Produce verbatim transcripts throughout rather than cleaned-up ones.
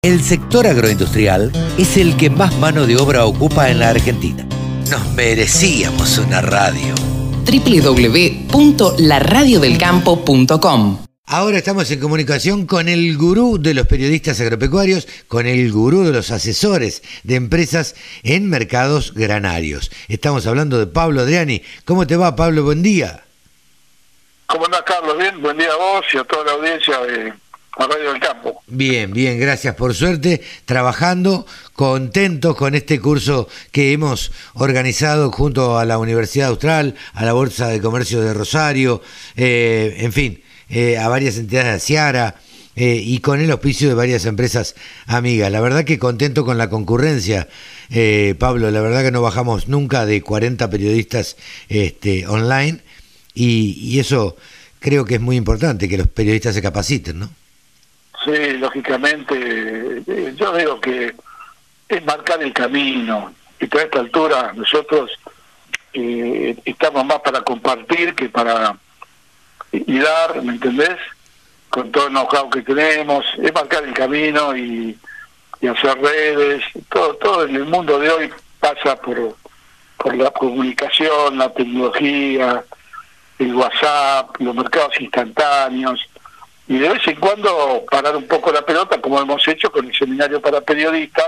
El sector agroindustrial es el que más mano de obra ocupa en la Argentina. Nos merecíamos una radio. doble u doble u doble u punto la radio del campo punto com. Ahora estamos en comunicación con el gurú de los periodistas agropecuarios, con el gurú de los asesores de empresas en mercados granarios. Estamos hablando de Pablo Adriani. ¿Cómo te va, Pablo? Buen día. ¿Cómo andás, Carlos? Bien, buen día a vos y a toda la audiencia de la Radio del Campo. Bien, bien, gracias, por suerte, trabajando, contentos con este curso que hemos organizado junto a la Universidad Austral, a la Bolsa de Comercio de Rosario, eh, en fin, eh, a varias entidades de Ciara eh, y con el auspicio de varias empresas amigas. La verdad que contento con la concurrencia, eh, Pablo, la verdad que no bajamos nunca de cuarenta periodistas este, online y, y eso creo que es muy importante, que los periodistas se capaciten, ¿no? Sí, lógicamente, eh, yo digo que es marcar el camino, y a esta altura nosotros eh, estamos más para compartir que para y dar, ¿me entendés? Con todo el know-how que tenemos, es marcar el camino y, y hacer redes, todo, todo en el mundo de hoy pasa por, por la comunicación, la tecnología, el WhatsApp, los mercados instantáneos, y de vez en cuando parar un poco la pelota, como hemos hecho con el seminario para periodistas,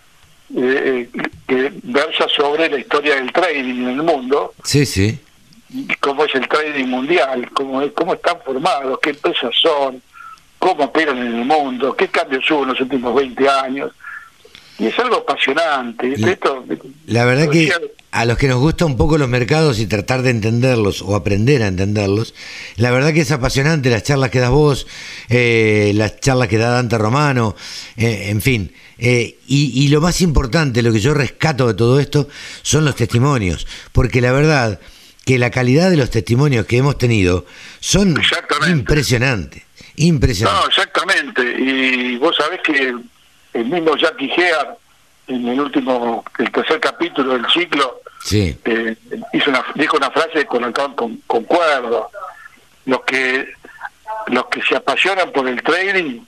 eh, que versa sobre la historia del trading en el mundo. Sí, sí. Cómo es el trading mundial, cómo, es, cómo están formados, qué empresas son, cómo operan en el mundo, qué cambios hubo en los últimos veinte años. Y es algo apasionante. La, Esto, la verdad que a los que nos gustan un poco los mercados y tratar de entenderlos o aprender a entenderlos, la verdad que es apasionante las charlas que das vos, eh, las charlas que da Dante Romano, eh, en fin. Eh, y, y lo más importante, lo que yo rescato de todo esto, son los testimonios, porque la verdad que la calidad de los testimonios que hemos tenido son impresionantes, impresionantes. No, exactamente. Y vos sabés que el mismo Jackie Heard, en el último, el tercer capítulo del ciclo, sí. eh, hizo una, dijo una frase con la que con, concuerdo. Los que, los que se apasionan por el trading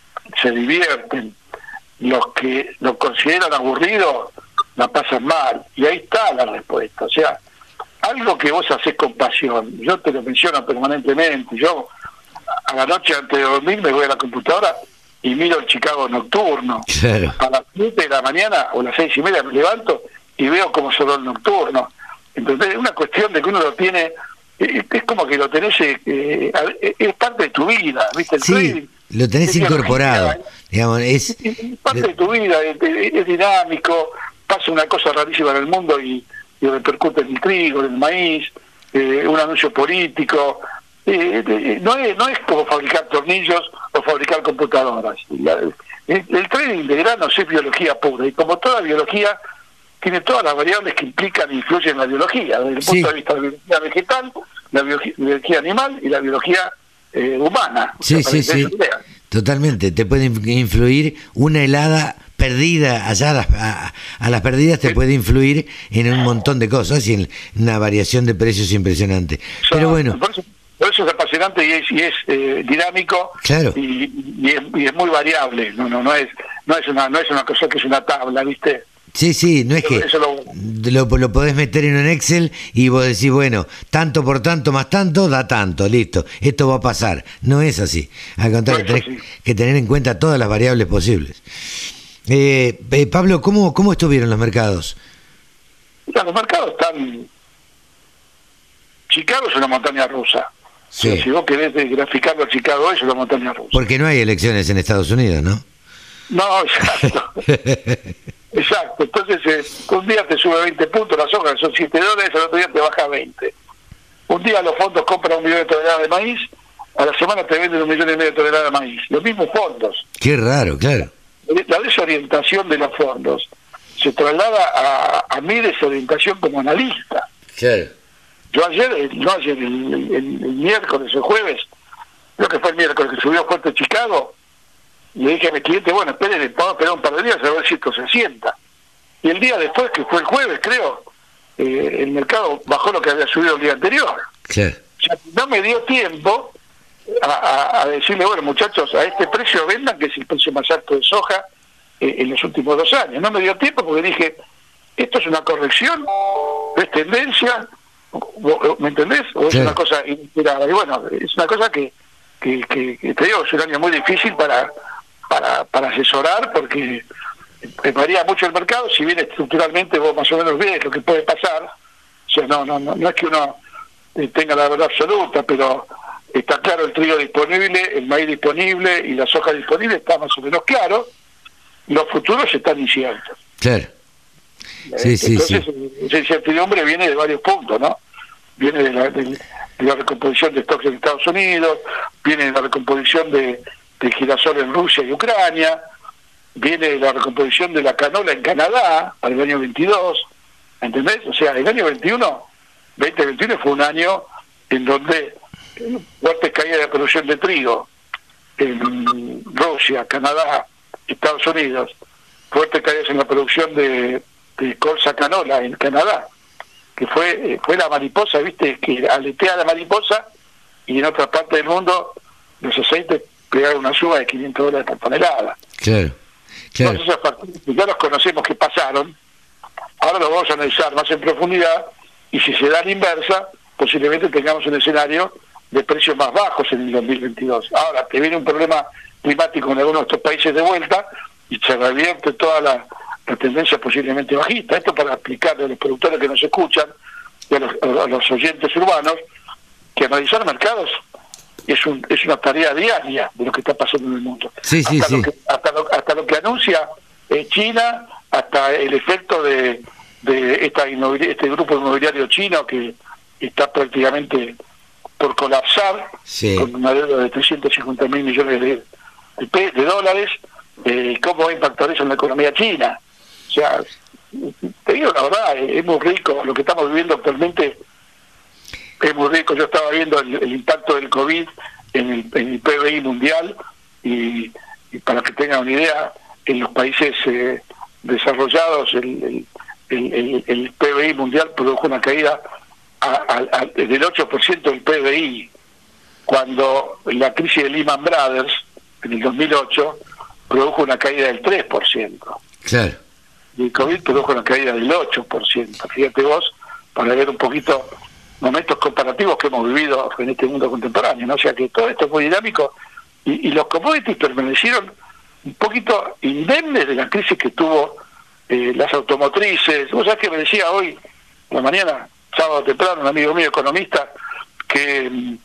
se divierten. Los que lo consideran aburrido la pasan mal. Y ahí está la respuesta. O sea, algo que vos hacés con pasión. Yo te lo menciono permanentemente. Yo a la noche antes de dormir me voy a la computadora y miro el Chicago nocturno. Claro. A las siete de la mañana o las seis y media me levanto y veo cómo sonó el nocturno. Entonces es una cuestión de que uno lo tiene, eh, es como que lo tenés, eh, es parte de tu vida, ¿viste? El sí, trading, lo tenés incorporado. Vida, digamos, es, es parte de tu vida, es, es dinámico, pasa una cosa rarísima en el mundo y, y repercute en el trigo, en el maíz, eh, un anuncio político. Eh, eh, no es no es como fabricar tornillos o fabricar computadoras. La, el, el trading de granos es biología pura y como toda biología tiene todas las variables que implican e influyen en la biología, desde el sí. punto de vista de la biología vegetal, la biología, biología animal y la biología eh, humana. Sí, o sea, sí, sí, totalmente. Te puede influir una helada perdida, allá a las, a, a las perdidas te sí. puede influir en un montón de cosas y en una variación de precios impresionante. O sea, pero bueno... Por eso, Por eso es apasionante y es, y es eh, dinámico, claro. y, y, es, y es muy variable. No, no, no es, no es una, no es una cosa que es una tabla, ¿viste? Sí, sí, no es que eso lo... Lo, lo podés meter en un Excel y vos decís, bueno, tanto por tanto más tanto da tanto, listo, esto va a pasar. No es así. Al contrario, no tenés así. que tener en cuenta todas las variables posibles. Eh, eh, Pablo, ¿cómo, ¿cómo estuvieron los mercados? Ya, los mercados están... Chicago es una montaña rusa. Sí. Si vos querés graficarlo a Chicago, es una montaña rusa. Porque no hay elecciones en Estados Unidos, ¿no? No, exacto. Exacto. Entonces, eh, un día te sube veinte puntos, las hojas son siete dólares, al otro día te baja veinte. Un día los fondos compran un millón de toneladas de maíz, a la semana te venden un millón y medio de toneladas de maíz. Los mismos fondos. Qué raro, claro. La desorientación de los fondos se traslada a, a mi desorientación como analista. Claro. Yo ayer, no ayer, el, el, el miércoles o jueves, creo que fue el miércoles que subió fuerte Chicago, y le dije a mi cliente, bueno, esperen, vamos a esperar un par de días a ver si esto se sienta. Y el día después, que fue el jueves, creo, eh, el mercado bajó lo que había subido el día anterior. Claro. O sea, no me dio tiempo a, a, a decirle, bueno, muchachos, a este precio vendan, que es el precio más alto de soja eh, en los últimos dos años. No me dio tiempo porque dije, esto es una corrección, es tendencia, ¿me entendés? O es sí. una cosa inesperada. Y bueno, es una cosa que, que, que, que te digo, es un año muy difícil para, para, para asesorar, porque varía mucho el mercado. Si bien estructuralmente vos más o menos ves lo que puede pasar, o sea, no, no, no, no es que uno tenga la verdad absoluta, pero está claro el trigo disponible, el maíz disponible y la soja disponible, está más o menos claro. Los futuros están inciertos. Claro. Sí, sí, Entonces, sí. esa incertidumbre viene de varios puntos, ¿no? Viene de la, de, de la recomposición de stocks en Estados Unidos, viene de la recomposición de, de girasol en Rusia y Ucrania, viene de la recomposición de la canola en Canadá para el año veintidós, ¿entendés? O sea, el año veintiuno, veinte veintiuno fue un año en donde fuertes caídas de producción de trigo en Rusia, Canadá, Estados Unidos, fuertes caídas en la producción de, de colza canola en Canadá, que fue fue la mariposa, viste, que aletea la mariposa, y en otra parte del mundo los aceites pegaron una suba de quinientos dólares por tonelada. Claro, claro. Entonces, esos factores ya los conocemos que pasaron, ahora los vamos a analizar más en profundidad, y si se da la inversa, posiblemente tengamos un escenario de precios más bajos en el dos mil veintidós. Ahora, que viene un problema climático en algunos de estos países de vuelta, y se revierte toda la, la tendencia posiblemente bajista. Esto para explicarle a los productores que nos escuchan y a los, a los oyentes urbanos que analizar mercados es un, es una tarea diaria de lo que está pasando en el mundo. Sí, sí, hasta, sí. Lo que, hasta, lo, hasta lo que anuncia eh, China, hasta el efecto de, de esta este grupo inmobiliario chino que está prácticamente por colapsar, sí, con una deuda de trescientos cincuenta mil millones de, de, de dólares. Eh, ¿Cómo va a impactar eso en la economía china? O sea, te digo la verdad, es, es muy rico lo que estamos viviendo actualmente, es muy rico. Yo estaba viendo el, el impacto del COVID en el, en el P B I mundial, y, y para que tengan una idea, en los países eh, desarrollados el, el, el, el P B I mundial produjo una caída a, a, a, del ocho por ciento del P B I, cuando la crisis de Lehman Brothers en el dos mil ocho produjo una caída del tres por ciento. Claro. Y el COVID produjo una caída del ocho por ciento. Fíjate vos, para ver un poquito momentos comparativos que hemos vivido en este mundo contemporáneo, ¿no? O sea que todo esto es muy dinámico, y, y los commodities permanecieron un poquito indemnes de la crisis que tuvo eh, las automotrices. Vos sabés que me decía hoy, en la mañana, sábado temprano, un amigo mío economista, que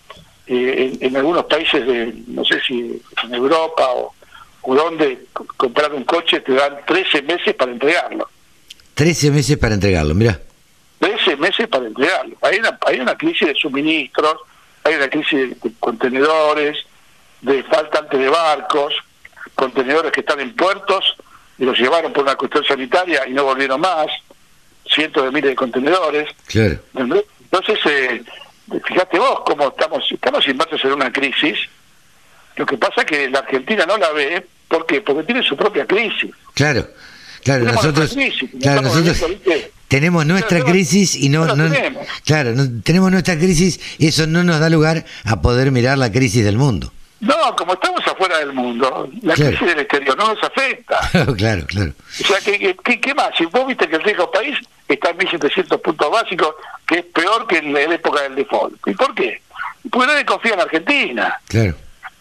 eh, en, en algunos países de, no sé si en Europa o o donde comprar un coche te dan trece meses para entregarlo. trece meses para entregarlo, mira. trece meses para entregarlo. Hay una, hay una crisis de suministros, hay una crisis de, de contenedores, de faltante de barcos, contenedores que están en puertos y los llevaron por una cuestión sanitaria y no volvieron más, cientos de miles de contenedores. Claro. Entonces, eh, fíjate vos cómo estamos, estamos inmersos en una crisis. Lo que pasa es que la Argentina no la ve. ¿Por qué? Porque tiene su propia crisis. Claro, claro, tenemos nosotros, crisis, claro, nosotros viendo, tenemos nuestra claro, crisis y no, no, no tenemos. claro, no, tenemos nuestra crisis, y eso no nos da lugar a poder mirar la crisis del mundo. No, como estamos afuera del mundo, la claro. crisis del exterior no nos afecta. Claro, claro. O sea, ¿qué, qué, qué más? Si vos viste que el riesgo país está en mil setecientos puntos básicos, que es peor que en la época del default. ¿Y por qué? Porque nadie confía en Argentina. Claro.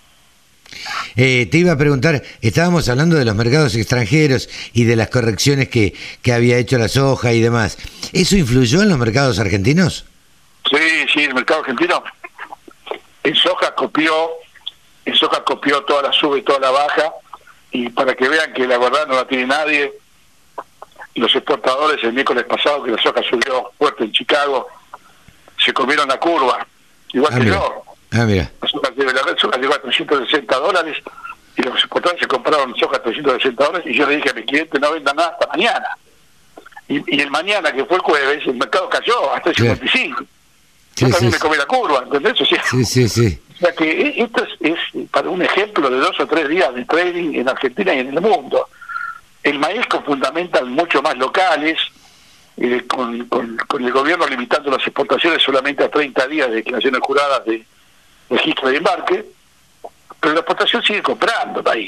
Eh, te iba a preguntar, estábamos hablando de los mercados extranjeros y de las correcciones que, que había hecho la soja y demás. ¿Eso influyó en los mercados argentinos? Sí, sí, el mercado argentino en soja copió, en soja copió toda la sube y toda la baja, y para que vean que la verdad no la tiene nadie, los exportadores el miércoles pasado, que la soja subió fuerte en Chicago, se comieron la curva, igual ah, que mira. yo. Ah, mira. La soja, la soja llegó a trescientos sesenta dólares y los exportadores se compraron soja a trescientos sesenta dólares, y yo le dije a mi cliente no vendan nada hasta mañana. Y, y el mañana, que fue el jueves, el mercado cayó hasta el cincuenta y cinco. Sí, yo también sí, me comí la curva, ¿entendés? O sea, sí, sí, sí. O sea que esto es, es para un ejemplo de dos o tres días de trading en Argentina y en el mundo. El maíz con fundamental mucho más locales, eh, con, con, con el gobierno limitando las exportaciones solamente a treinta días de declaraciones juradas de registro de embarque, pero la exportación sigue comprando país.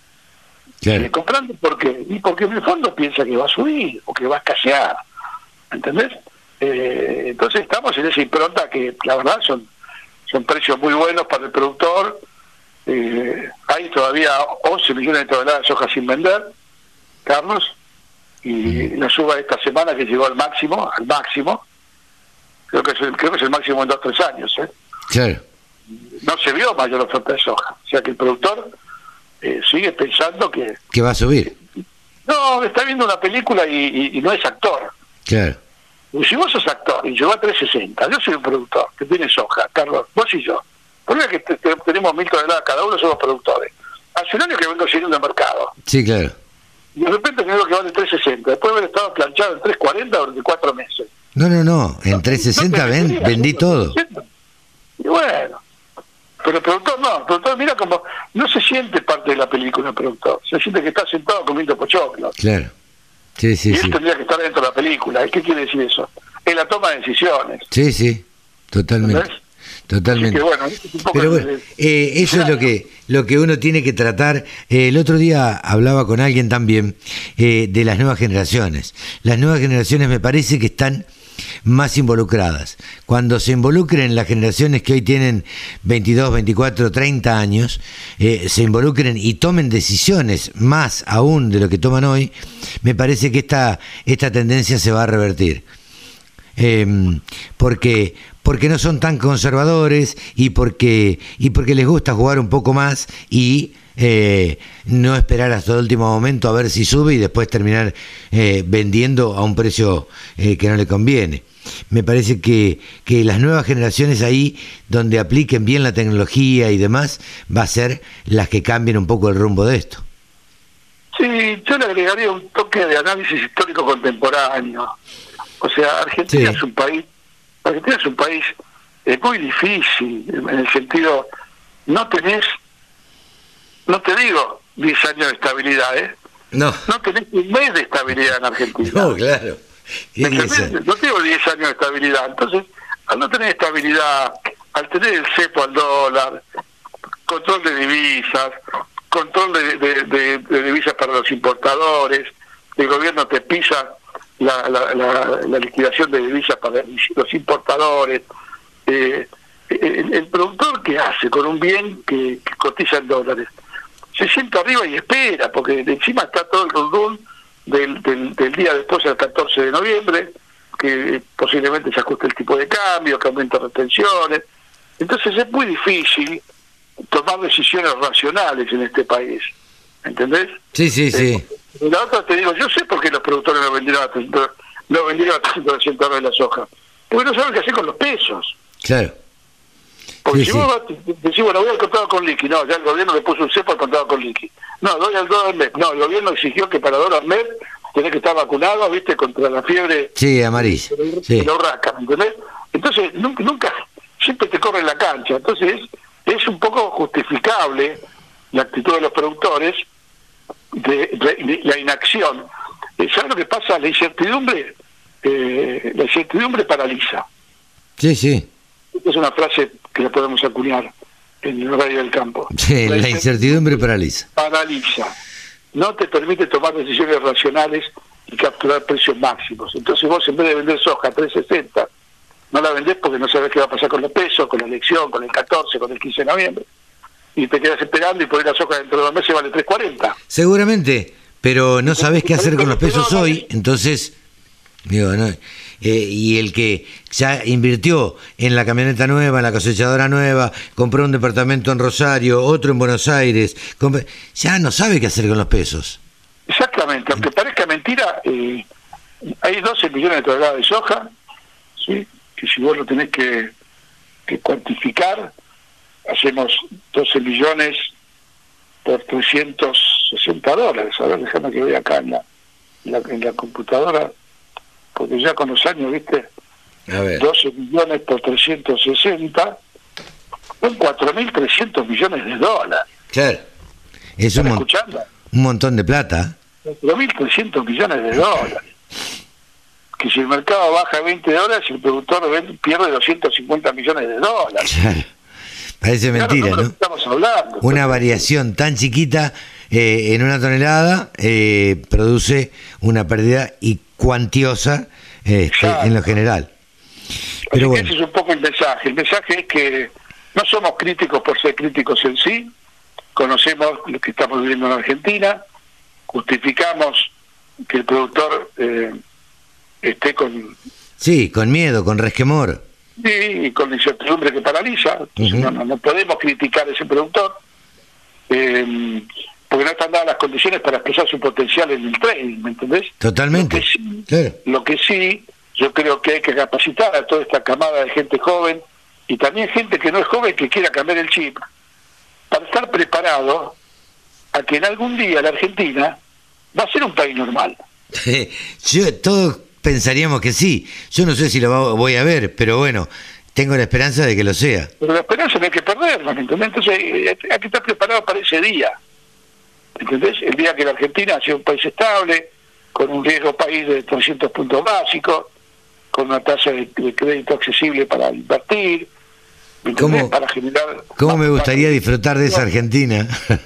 Claro. Sigue comprando porque, y porque en el fondo piensa que va a subir o que va a escasear, ¿entendés? Eh, entonces estamos en esa impronta que la verdad son, son precios muy buenos para el productor. Eh, hay todavía once millones de toneladas de soja sin vender, Carlos, y la suba de esta semana que llegó al máximo, al máximo, creo que es el, creo que es el máximo en dos o tres años, ¿eh? Claro. No se vio mayor oferta de soja, o sea que el productor eh, sigue pensando que... Que va a subir. No, está viendo una película y, y, y no es actor. Claro. Y si vos sos actor y llegó a tres sesenta, yo soy un productor que tiene soja, Carlos, vos y yo. Por eso es que te, te, tenemos mil toneladas cada uno, somos productores. Hace un año que vengo siguiendo el mercado. Sí, claro. Y de repente tengo que vale tres sesenta, después de haber estado planchado en tres cuarenta durante cuatro meses. No, no, no, en trescientos sesenta No, ven, no, vendí todo. Y bueno, pero el productor no, el productor mira como, no se siente parte de la película el productor, se siente que está sentado comiendo pochoclos. Claro. Sí, sí, Y él sí. tendría que estar dentro de la película. ¿Qué quiere decir eso? Es la toma de decisiones. Sí, sí, totalmente. ¿Entendés? Totalmente. Así que, bueno, es un poco Pero el- bueno, eh, eso es lo que lo que uno tiene que tratar. Eh, el otro día hablaba con alguien también eh, de las nuevas generaciones. Las nuevas generaciones me parece que están más involucradas. Cuando se involucren las generaciones que hoy tienen veintidós, veinticuatro, treinta años, eh, se involucren y tomen decisiones más aún de lo que toman hoy, me parece que esta, esta tendencia se va a revertir. Eh, porque porque no son tan conservadores y porque y porque les gusta jugar un poco más y eh, no esperar hasta el último momento a ver si sube y después terminar eh, vendiendo a un precio eh, que no le conviene. Me parece que, que las nuevas generaciones ahí, donde apliquen bien la tecnología y demás, va a ser las que cambien un poco el rumbo de esto. Sí, yo le agregaría un toque de análisis histórico contemporáneo. O sea, Argentina Sí. es un país, Argentina es un país eh, muy difícil, en el sentido, no tenés, no te digo diez años de estabilidad, ¿eh? No, No tenés un mes de estabilidad en Argentina. no, claro. ¿Me Tiene que entendés? ser. No tengo diez años de estabilidad. Entonces, al no tener estabilidad, al tener el cepo al dólar, control de divisas, control de, de, de, de divisas para los importadores, el gobierno te pisa la, la, la, la liquidación de divisas para los importadores, eh, el, el productor que hace con un bien que, que cotiza en dólares, se sienta arriba y espera, porque de encima está todo el rundún del, del, del día después del catorce de noviembre, que posiblemente se ajuste el tipo de cambio, que aumente retenciones. Entonces es muy difícil tomar decisiones racionales en este país, ¿entendés? Sí, sí, sí. Eh, y la otra te digo, yo sé por qué los productores no vendieron a trescientos, no vendieron a trescientos dólares la soja, porque no saben qué hacer con los pesos. Claro. Porque Sí, si sí. vos vas- decís, bueno, voy al contado con liqui, no, ya el gobierno le puso un cepo al contado con liqui. No, doy al dólar M E P, no, el gobierno exigió que para dólar M E P tenés que estar vacunado, viste, contra la fiebre Sí, amarilla. de Sí. la urraca, ¿me entendés? Entonces, nunca, nunca, siempre te corre la cancha. Entonces, es un poco justificable la actitud de los productores de, de- de la inacción. Eh, ¿Sabes lo que pasa? La incertidumbre, eh, la incertidumbre paraliza. Sí, sí. Esta es una frase que la podemos acuñar en el radio del campo. Sí, la incertidumbre paraliza. Paraliza. No te permite tomar decisiones racionales y capturar precios máximos. Entonces vos, en vez de vender soja a tres sesenta, no la vendés porque no sabés qué va a pasar con los pesos, con la elección, con el catorce, con el quince de noviembre. Y te quedas esperando y por ahí la soja dentro de dos meses vale tres cuarenta. Seguramente, pero no sabés qué hacer con los pesos hoy, entonces, digo, no, eh, y el que ya invirtió en la camioneta nueva, en la cosechadora nueva, compró un departamento en Rosario, otro en Buenos Aires, compr- ya no sabe qué hacer con los pesos. Exactamente, aunque parezca mentira, eh, hay doce millones de toneladas de soja, ¿sí? Que si vos lo tenés que, que cuantificar, hacemos doce millones por trescientos sesenta dólares. A ver, déjame que vea acá en la, en la, en la computadora, porque ya con los años, viste, A ver. doce millones por trescientos sesenta, son cuatro mil trescientos millones de dólares. Claro. Es ¿Están un, mon- escuchando? un montón de plata. cuatro mil trescientos millones de dólares. Que si el mercado baja veinte dólares, el productor vende- pierde doscientos cincuenta millones de dólares. Claro. Parece mentira, claro, ¿no? Estamos hablando. Una variación tan chiquita eh, en una tonelada eh, produce una pérdida y cuantiosa este, en lo general. Pero Así bueno. que ese es un poco el mensaje. El mensaje es que no somos críticos por ser críticos en sí, conocemos lo que estamos viviendo en Argentina, justificamos que el productor eh, esté con... Sí, con miedo, con resquemor. Sí, y con la incertidumbre que paraliza. Entonces, Uh-huh. no, no, no podemos criticar a ese productor, eh, porque no están dadas las condiciones para expresar su potencial en el trading, ¿me entendés? Totalmente. Lo que sí, Claro. lo que sí, yo creo que hay que capacitar a toda esta camada de gente joven y también gente que no es joven que quiera cambiar el chip, para estar preparado a que en algún día la Argentina va a ser un país normal. Yo, todos pensaríamos que sí. Yo no sé si lo va- voy a ver, pero bueno, tengo la esperanza de que lo sea. Pero la esperanza no hay que perderla, ¿me entendés? Entonces eh, hay que estar preparado para ese día, ¿entendés? El día que la Argentina sea un país estable, con un riesgo país de trescientos puntos básicos, con una tasa de, de crédito accesible para invertir, ¿me entendés? ¿Cómo- Para generar... ¿Cómo me más- gustaría más- disfrutar de esa Argentina?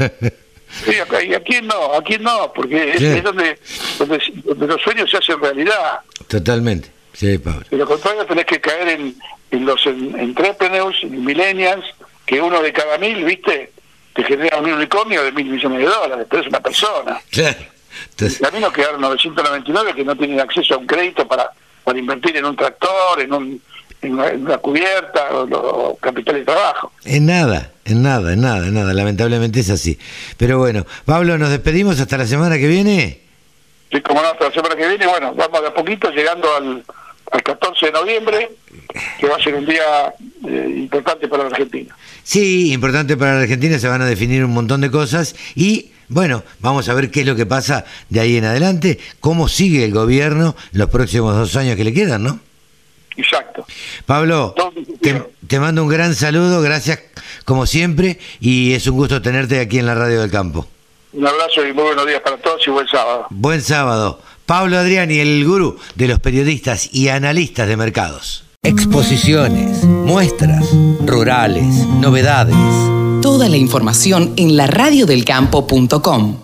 Sí, acá- y aquí no, aquí no, porque es, Sí. es donde, donde, donde los sueños se hacen realidad. Totalmente. Sí, Pablo. De lo contrario tenés que caer en, en los en, entrepreneurs, en millennials, que uno de cada mil, ¿viste? Te genera un unicornio de mil millones de dólares, pero es una persona. Claro. Entonces, Y a mí nos quedaron novecientos noventa y nueve que no tienen acceso a un crédito para, para invertir en un tractor, en, un, en, una, en una cubierta o, o capital de trabajo. en nada, en nada, en nada, en nada. Lamentablemente es así. Pero bueno, Pablo, nos despedimos hasta la semana que viene. Sí, como no, hasta la semana que viene, bueno, vamos de a poquito llegando al, al catorce de noviembre, que va a ser un día eh, importante para la Argentina. Sí, importante para la Argentina, se van a definir un montón de cosas y bueno, vamos a ver qué es lo que pasa de ahí en adelante, cómo sigue el gobierno los próximos dos años que le quedan, ¿no? Exacto. Pablo, Todo te, bien. te mando un gran saludo, gracias como siempre y es un gusto tenerte aquí en la Radio del Campo. Un abrazo y muy buenos días para todos y buen sábado. Buen sábado. Pablo Adriani, el gurú de los periodistas y analistas de mercados. Exposiciones, muestras, rurales, novedades. Toda la información en la radio del campo punto com.